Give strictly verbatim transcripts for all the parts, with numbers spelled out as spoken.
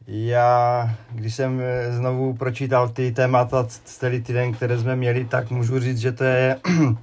Já, když jsem znovu pročítal ty témata celý týden, které jsme měli, tak můžu říct, že to je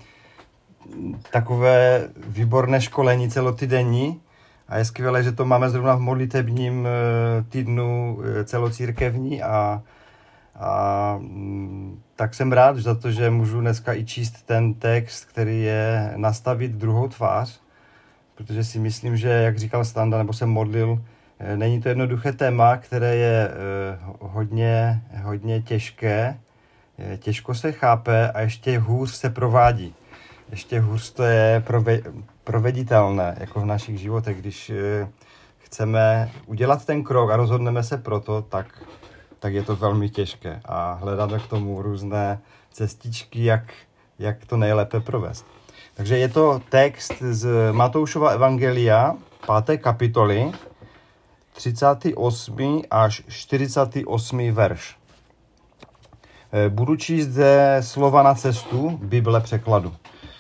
takové výborné školení celotýdenní a je skvělé, že to máme zrovna v modlitebním týdnu celocírkevní a, a tak jsem rád za to, že můžu dneska i číst ten text, který je nastavit druhou tvář, protože si myslím, že, jak říkal Standa, nebo jsem modlil, není to jednoduché téma, které je hodně, hodně těžké, těžko se chápe a ještě hůř se provádí. Ještě hůř to je proveditelné, jako v našich životech. Když chceme udělat ten krok a rozhodneme se pro to, tak, tak je to velmi těžké. A hledáme k tomu různé cestičky, jak, jak to nejlépe provést. Takže je to text z Matoušova evangelia, páté kapitoly, třicátý osmý až čtyřicátý osmý verš. Budu číst ze Slova na cestu, Bible překladu.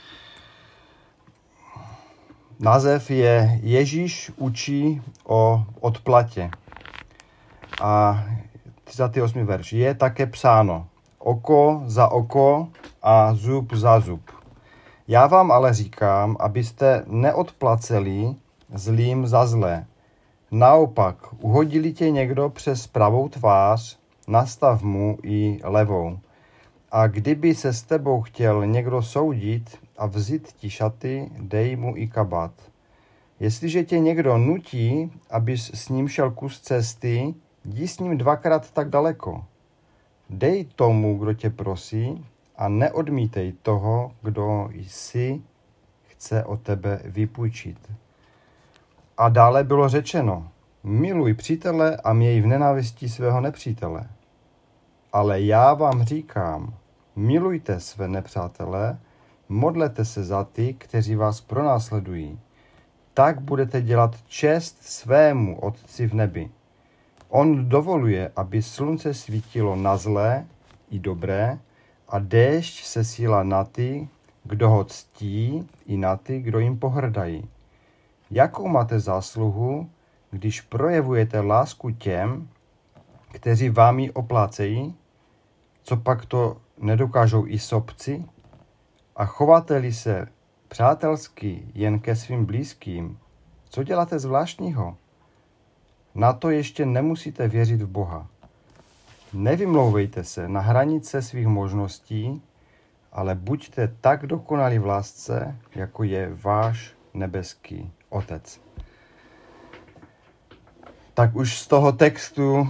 Název je Ježíš učí o odplatě. A třicátý osmý verš. Je také psáno oko za oko a zub za zub. Já vám ale říkám, abyste neodplaceli zlým za zlé. Naopak, uhodili tě někdo přes pravou tvář, nastav mu i levou. A kdyby se s tebou chtěl někdo soudit a vzít ti šaty, dej mu i kabát. Jestliže tě někdo nutí, abys s ním šel kus cesty, jdi s ním dvakrát tak daleko. Dej tomu, kdo tě prosí, a neodmítej toho, kdo jsi chce od tebe vypůjčit. A dále bylo řečeno, miluj přítele a měj v nenávisti svého nepřítele. Ale já vám říkám, milujte své nepřátele, modlete se za ty, kteří vás pronásledují. Tak budete dělat čest svému Otci v nebi. On dovoluje, aby slunce svítilo na zlé i dobré a déšť sesílá na ty, kdo ho ctí, i na ty, kdo jim pohrdají. Jakou máte zásluhu, když projevujete lásku těm, kteří vám ji oplácejí? Co pak to nedokážou i sobci? A chováte-li se přátelsky jen ke svým blízkým, co děláte zvláštního? Na to ještě nemusíte věřit v Boha. Nevymlouvejte se na hranice svých možností, ale buďte tak dokonalí v lásce, jako je váš nebeský Otec. Tak už z toho textu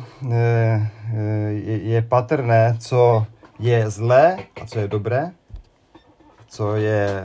je patrné, co je zlé a co je dobré, co je,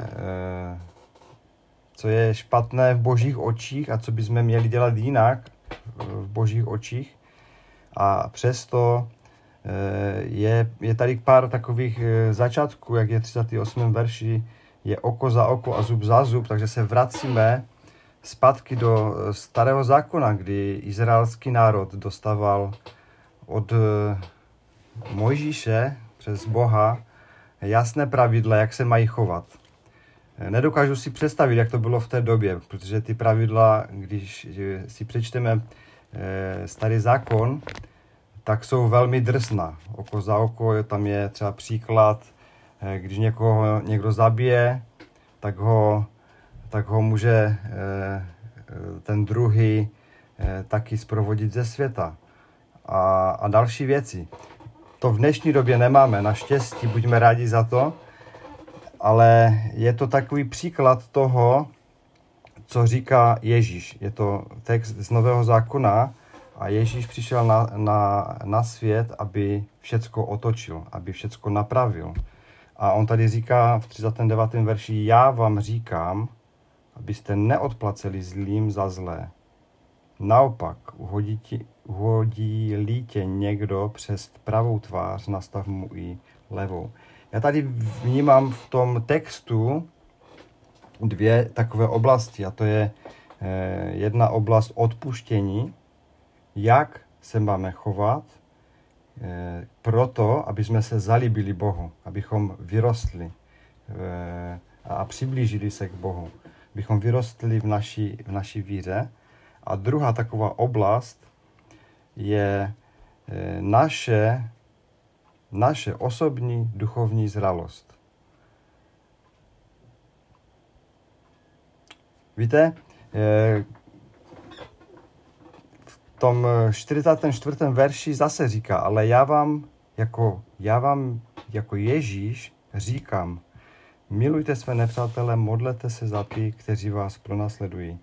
co je špatné v Božích očích a co bychom měli dělat jinak v Božích očích. A přesto je, je tady pár takových začátků, jak je třicátý osmý verši, je oko za oko a zub za zub, takže se vracíme zpátky do starého zákona, kdy izraelský národ dostával od Mojžíše přes Boha jasné pravidla, jak se mají chovat. Nedokážu si představit, jak to bylo v té době, protože ty pravidla, když si přečteme starý zákon, tak jsou velmi drsná. Oko za oko, tam je třeba příklad, když někoho někdo zabije, tak ho, tak ho může ten druhý taky zprovodit ze světa. A, a další věci. To v dnešní době nemáme, naštěstí, buďme rádi za to, ale je to takový příklad toho, co říká Ježíš. Je to text z Nového zákona a Ježíš přišel na, na, na svět, aby všecko otočil, aby všecko napravil. A on tady říká v třicátém devátém verši, já vám říkám, abyste neodplaceli zlým za zlé. Naopak, uhodí-li tě někdo přes pravou tvář, nastav mu i levou. Já tady vnímám v tom textu dvě takové oblasti, a to je eh, jedna oblast odpuštění, jak se máme chovat, eh, proto, aby jsme se zalíbili Bohu, abychom vyrostli eh, a přiblížili se k Bohu, abychom vyrostli v naší, v naší víře. A druhá taková oblast je naše, naše osobní duchovní zralost. Víte, v tom čtyřicátém čtvrtém verši zase říká, ale já vám jako, já vám jako Ježíš říkám, milujte své nepřátele, modlete se za ty, kteří vás pronásledují.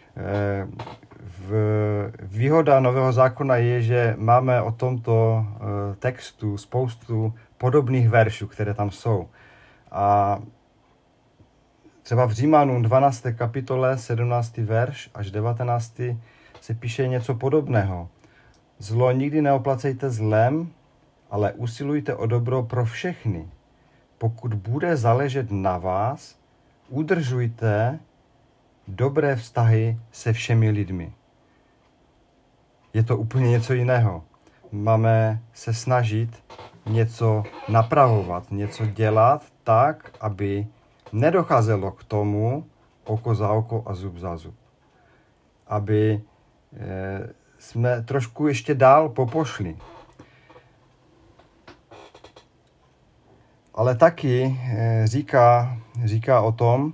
V výhoda Nového zákona je, že máme o tomto textu spoustu podobných veršů, které tam jsou. A třeba v Římanům dvanácté kapitole, sedmnáctý verš až devatenáctý se píše něco podobného. Zlo nikdy neoplacejte zlem, ale usilujte o dobro pro všechny. Pokud bude záležet na vás, udržujte dobré vztahy se všemi lidmi. Je to úplně něco jiného. Máme se snažit něco napravovat, něco dělat tak, aby nedocházelo k tomu oko za oko a zub za zub. Aby e, jsme trošku ještě dál popošli. Ale taky e, říká, říká o tom,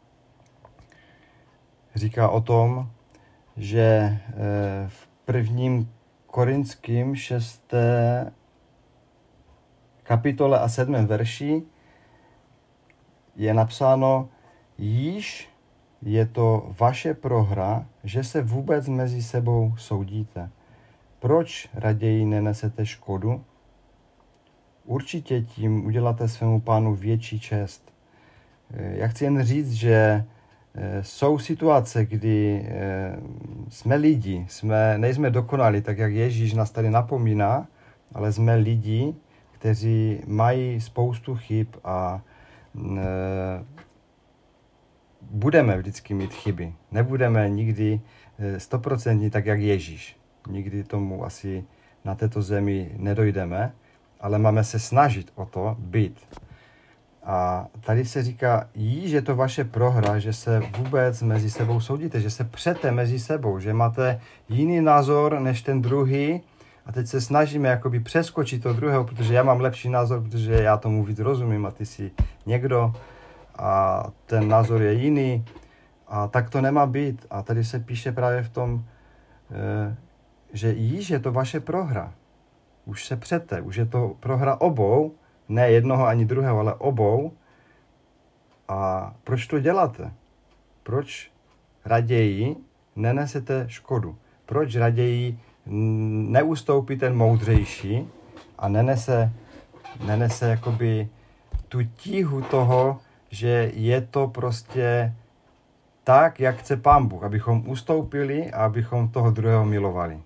říká o tom, že e, v prvním Korinským šesté kapitole a sedmém verši je napsáno, již je to vaše prohra, že se vůbec mezi sebou soudíte. Proč raději nenesete škodu? Určitě tím uděláte svému pánu větší čest. Já chci jen říct, že jsou situace, kdy jsme lidi, jsme, nejsme dokonalí, tak jak Ježíš nás tady napomíná, ale jsme lidi, kteří mají spoustu chyb a e, budeme vždycky mít chyby. Nebudeme nikdy stoprocentní tak jak Ježíš. Nikdy tomu asi na této zemi nedojdeme, ale máme se snažit o to být. A tady se říká, jí, že to vaše prohra, že se vůbec mezi sebou soudíte, že se přete mezi sebou, že máte jiný názor než ten druhý a teď se snažíme jakoby přeskočit to druhého, protože já mám lepší názor, protože já tomu víc rozumím a ty jsi někdo a ten názor je jiný a tak to nemá být. A tady se píše právě v tom, že jí, je to vaše prohra. Už se přete, už je to prohra obou, ne jednoho ani druhého, ale obou. A proč to děláte? Proč raději nenesete škodu? Proč raději neustoupí ten moudřejší a nenese, nenese jakoby tu tíhu toho, že je to prostě tak, jak chce Pán Bůh, abychom ustoupili a abychom toho druhého milovali.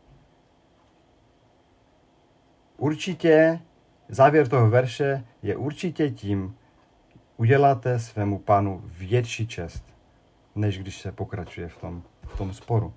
Určitě závěr toho verše je určitě tím, uděláte svému Pánu větší čest, než když se pokračuje v tom, v tom sporu.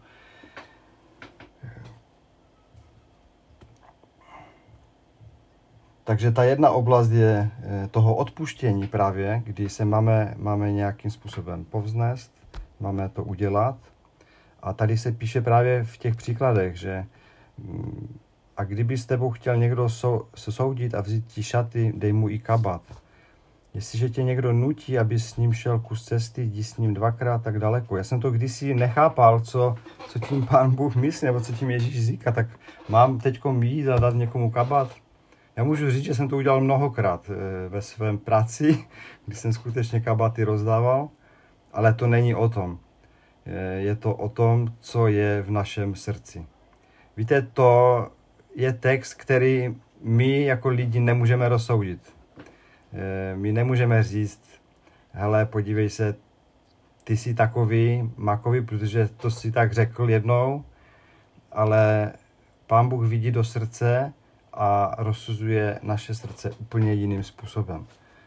Takže ta jedna oblast je toho odpuštění právě, kdy se máme, máme nějakým způsobem povznést, máme to udělat. A tady se píše právě v těch příkladech, že a kdyby s tebou chtěl někdo sou, se soudit a vzít ti šaty, dej mu i kabát. Jestliže tě někdo nutí, aby s ním šel kus cesty, jdi s ním dvakrát tak daleko. Já jsem to kdysi nechápal, co, co tím Pán Bůh myslí, nebo co tím Ježíš říká, tak mám teďkom jít a dát někomu kabát. Já můžu říct, že jsem to udělal mnohokrát ve svém práci, kdy jsem skutečně kabáty rozdával, ale to není o tom. Je to o tom, co je v našem srdci. Víte, to je text, který my jako lidi nemůžeme rozsoudit. My nemůžeme říct, hele, podívej se, ty jsi takový, makový, protože to si tak řekl jednou, ale Pán Bůh vidí do srdce a rozsuzuje naše srdce úplně jiným způsobem.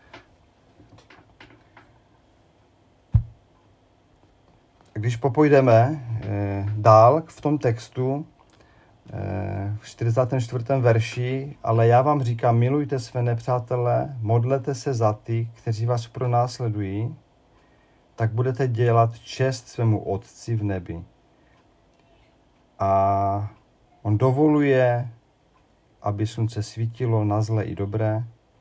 Když popojdeme eh, dál v tom textu, eh, v čtyřicátém čtvrtém verši, ale já vám říkám, milujte své nepřátele, modlete se za ty, kteří vás pronásledují, tak budete dělat čest svému Otci v nebi. A On dovoluje, aby slunce svítilo na zlé i dobré.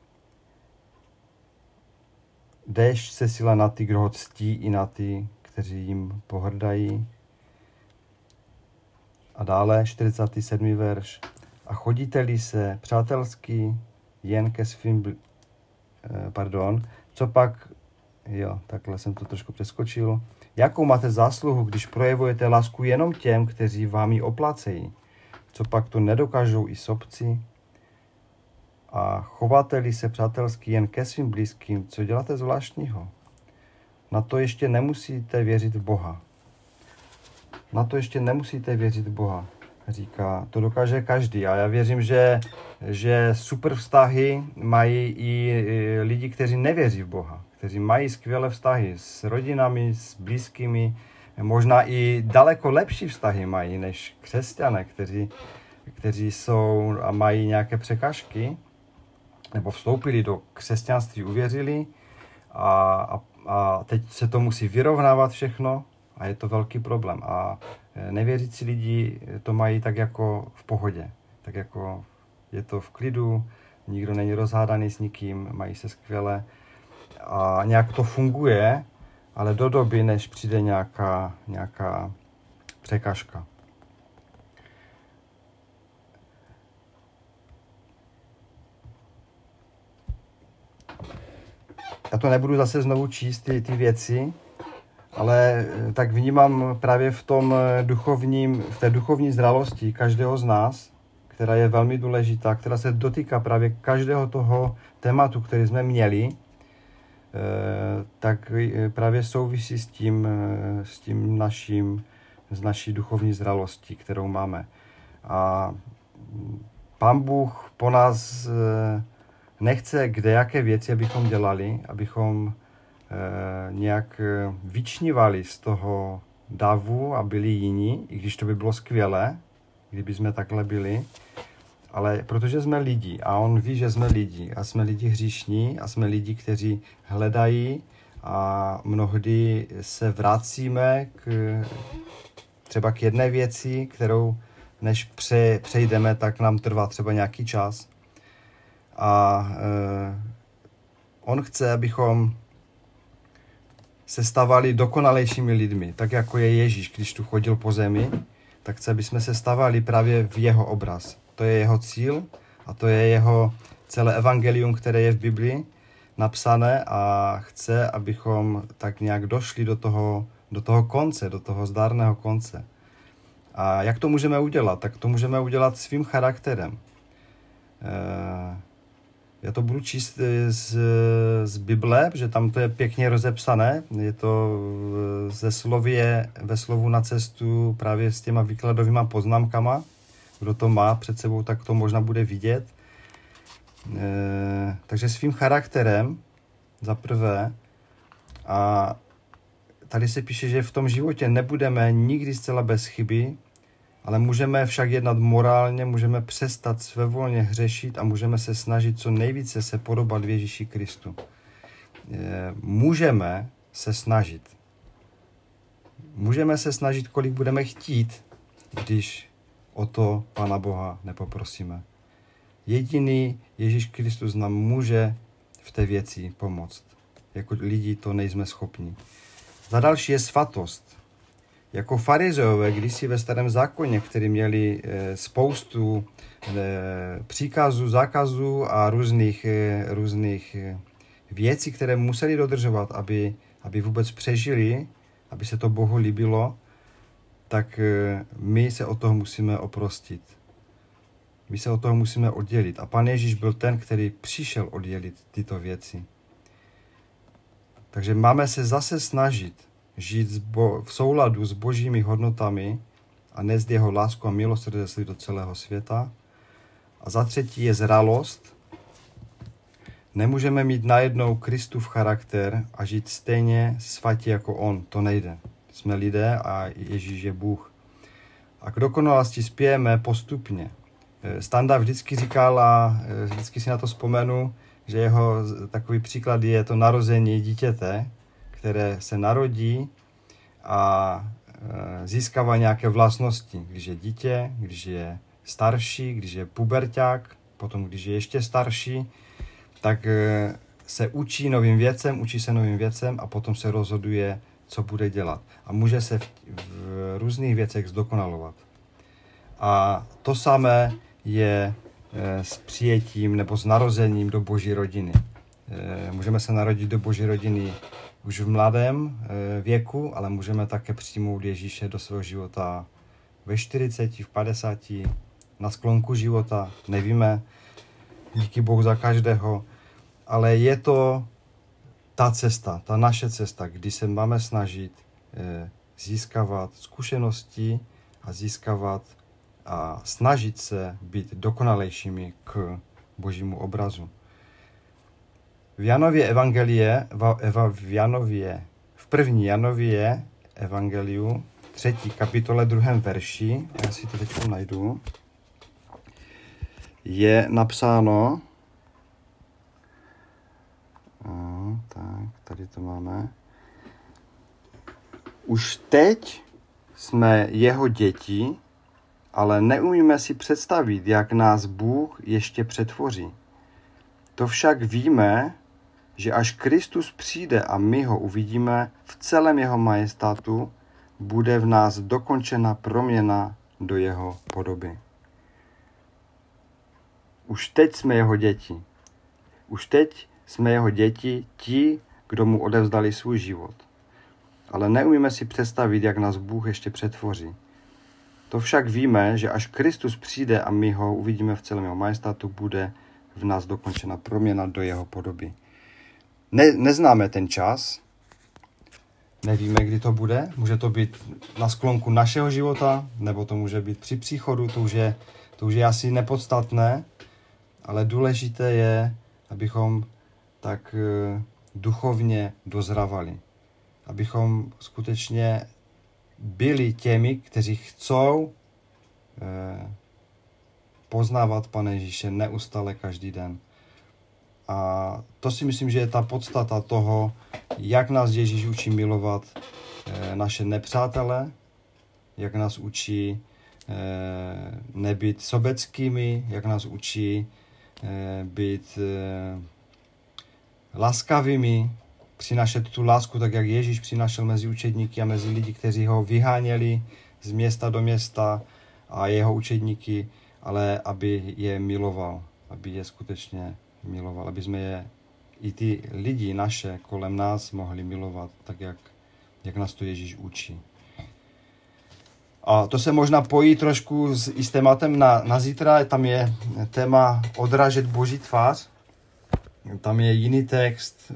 Déšť se sila na ty, kdo ho ctí, i na ty, kteří jim pohrdají. A dále čtyřicátý sedmý verš. A chodíte-li se přátelsky jen ke svým, bl- pardon, co pak, jo, takhle jsem to trošku přeskočil. Jakou máte zásluhu, když projevujete lásku jenom těm, kteří vám ji oplácejí? Co pak to nedokážou i sobci? A chováte-li se přátelsky jen ke svým blízkým, co děláte zvláštního? Na to ještě nemusíte věřit v Boha. Na to ještě nemusíte věřit v Boha, říká. To dokáže každý. A já věřím, že, že super vztahy mají i lidi, kteří nevěří v Boha. Kteří mají skvělé vztahy s rodinami, s blízkými. Možná i daleko lepší vztahy mají než křesťané, kteří, kteří jsou a mají nějaké překážky, nebo vstoupili do křesťanství, uvěřili a, a, a teď se to musí vyrovnávat všechno a je to velký problém. A nevěřící lidi to mají tak jako v pohodě, tak jako je to v klidu, nikdo není rozhádaný s nikým, mají se skvěle a nějak to funguje, ale do doby, než přijde nějaká, nějaká překážka. Já to nebudu zase znovu číst ty, ty věci, ale tak vnímám právě v tom duchovním, v té duchovní zralosti každého z nás, která je velmi důležitá, která se dotýká právě každého toho tématu, který jsme měli, tak právě souvisí s tím, s tím naším, s naší duchovní zralostí, kterou máme. A Pán Bůh po nás nechce kdejaké věci, abychom dělali, abychom e, nějak vyčnívali z toho davu a byli jiní, i když to by bylo skvělé, kdyby jsme takhle byli, ale protože jsme lidi a on ví, že jsme lidi a jsme lidi hříšní a jsme lidi, kteří hledají a mnohdy se vracíme k, třeba k jedné věci, kterou než pře, přejdeme, tak nám trvá třeba nějaký čas. A e, on chce, abychom se stávali dokonalejšími lidmi, tak jako je Ježíš, když tu chodil po zemi, tak chce, aby jsme se stávali právě v jeho obraz. To je jeho cíl a to je jeho celé evangelium, které je v Biblii napsané a chce, abychom tak nějak došli do toho, do toho konce, do toho zdárného konce. A jak to můžeme udělat? Tak to můžeme udělat svým charakterem. E, Já to budu číst z, z Bible, že tam to je pěkně rozepsané. Je to ze slově, ve slovu na cestu právě s těma výkladovýma poznámkama. Kdo to má před sebou, tak to možná bude vidět. E, takže svým charakterem za prvé. A tady se píše, že v tom životě nebudeme nikdy zcela bez chyby, ale můžeme však jednat morálně, můžeme přestat svévolně hřešit a můžeme se snažit co nejvíce se podobat Ježíši Kristu. Můžeme se snažit. Můžeme se snažit, kolik budeme chtít, když o to Pana Boha nepoprosíme. Jediný Ježíš Kristus nám může v té věci pomoct. Jako lidi to nejsme schopni. Za další je svatost. Jako farizeové, kdysi ve starém zákoně, kteří měli spoustu příkazů, zákazů a různých, různých věcí, které museli dodržovat, aby, aby vůbec přežili, aby se to Bohu líbilo, tak my se od toho musíme oprostit. My se od toho musíme oddělit. A Pán Ježíš byl ten, který přišel oddělit tyto věci. Takže máme se zase snažit žít v souladu s božími hodnotami a nést jeho lásku a milosrdenství do celého světa. A za třetí je zralost. Nemůžeme mít najednou Kristův charakter a žít stejně svatě jako on. To nejde. Jsme lidé a Ježíš je Bůh. A k dokonalosti spějeme postupně. Standa vždycky říkal, a vždycky si na to vzpomenu, že jeho takový příklad je to narození dítěte, které se narodí a získává nějaké vlastnosti. Když je dítě, když je starší, když je puberťák, potom když je ještě starší, tak se učí novým věcem, učí se novým věcem a potom se rozhoduje, co bude dělat. A může se v, v různých věcech zdokonalovat. A to samé je s přijetím nebo s narozením do Boží rodiny. Můžeme se narodit do Boží rodiny už v mladém věku, ale můžeme také přijmout Ježíše do svého života ve čtyřiceti, v padesáti, na sklonku života, nevíme, díky Bohu za každého, ale je to ta cesta, ta naše cesta, kdy se máme snažit získávat zkušenosti a získávat a snažit se být dokonalejšími k Božímu obrazu. V Janově evangelie, v Janově, v první Janově evangeliu, třetí kapitole, druhém verši, já si to teď najdu, je napsáno, no, tak, tady to máme, už teď jsme jeho děti, ale neumíme si představit, jak nás Bůh ještě přetvoří. To však víme, že až Kristus přijde a my ho uvidíme v celém jeho majestátu, bude v nás dokončena proměna do jeho podoby. Už teď jsme jeho děti. Už teď jsme jeho děti, ti, kdo mu odevzdali svůj život. Ale neumíme si představit, jak nás Bůh ještě přetvoří. To však víme, že až Kristus přijde a my ho uvidíme v celém jeho majestátu, bude v nás dokončena proměna do jeho podoby. Ne, neznáme ten čas, nevíme, kdy to bude. Může to být na sklonku našeho života, nebo to může být při příchodu, to už je, to už je asi nepodstatné, ale důležité je, abychom tak duchovně dozravali. Abychom skutečně byli těmi, kteří chcou eh, poznávat Pana Ježíše neustále každý den. A to si myslím, že je ta podstata toho, jak nás Ježíš učí milovat eh, naše nepřátele, jak nás učí eh, nebýt sobeckými, jak nás učí eh, být eh, laskavými, přinášet tu lásku, tak jak Ježíš přinášel mezi učedníky a mezi lidi, kteří ho vyháněli z města do města a jeho učedníky, ale aby je miloval, aby je skutečně miloval, aby jsme je i ty lidi naše kolem nás mohli milovat, tak jak, jak nás to Ježíš učí. A to se možná pojí trošku s, i s tématem na, na zítra, tam je téma odrážet Boží tvář. Tam je jiný text,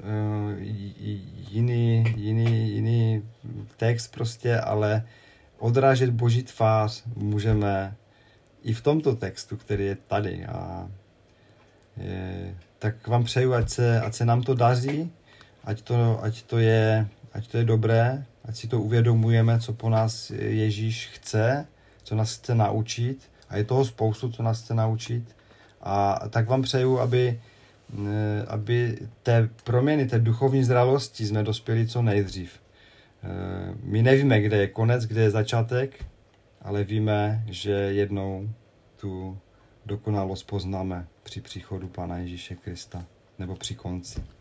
jiný, jiný, jiný text prostě, ale odrážet Boží tvář můžeme i v tomto textu, který je tady. A je, tak vám přeju, ať se, ať se nám to daří, ať to, ať to je, ať to je dobré, ať si to uvědomujeme, co po nás Ježíš chce, co nás chce naučit. A je toho spoustu, co nás chce naučit. A tak vám přeju, aby aby té proměny, té duchovní zralosti jsme dospěli co nejdřív. My nevíme, kde je konec, kde je začátek, ale víme, že jednou tu dokonalost poznáme při příchodu Pána Ježíše Krista, nebo při konci.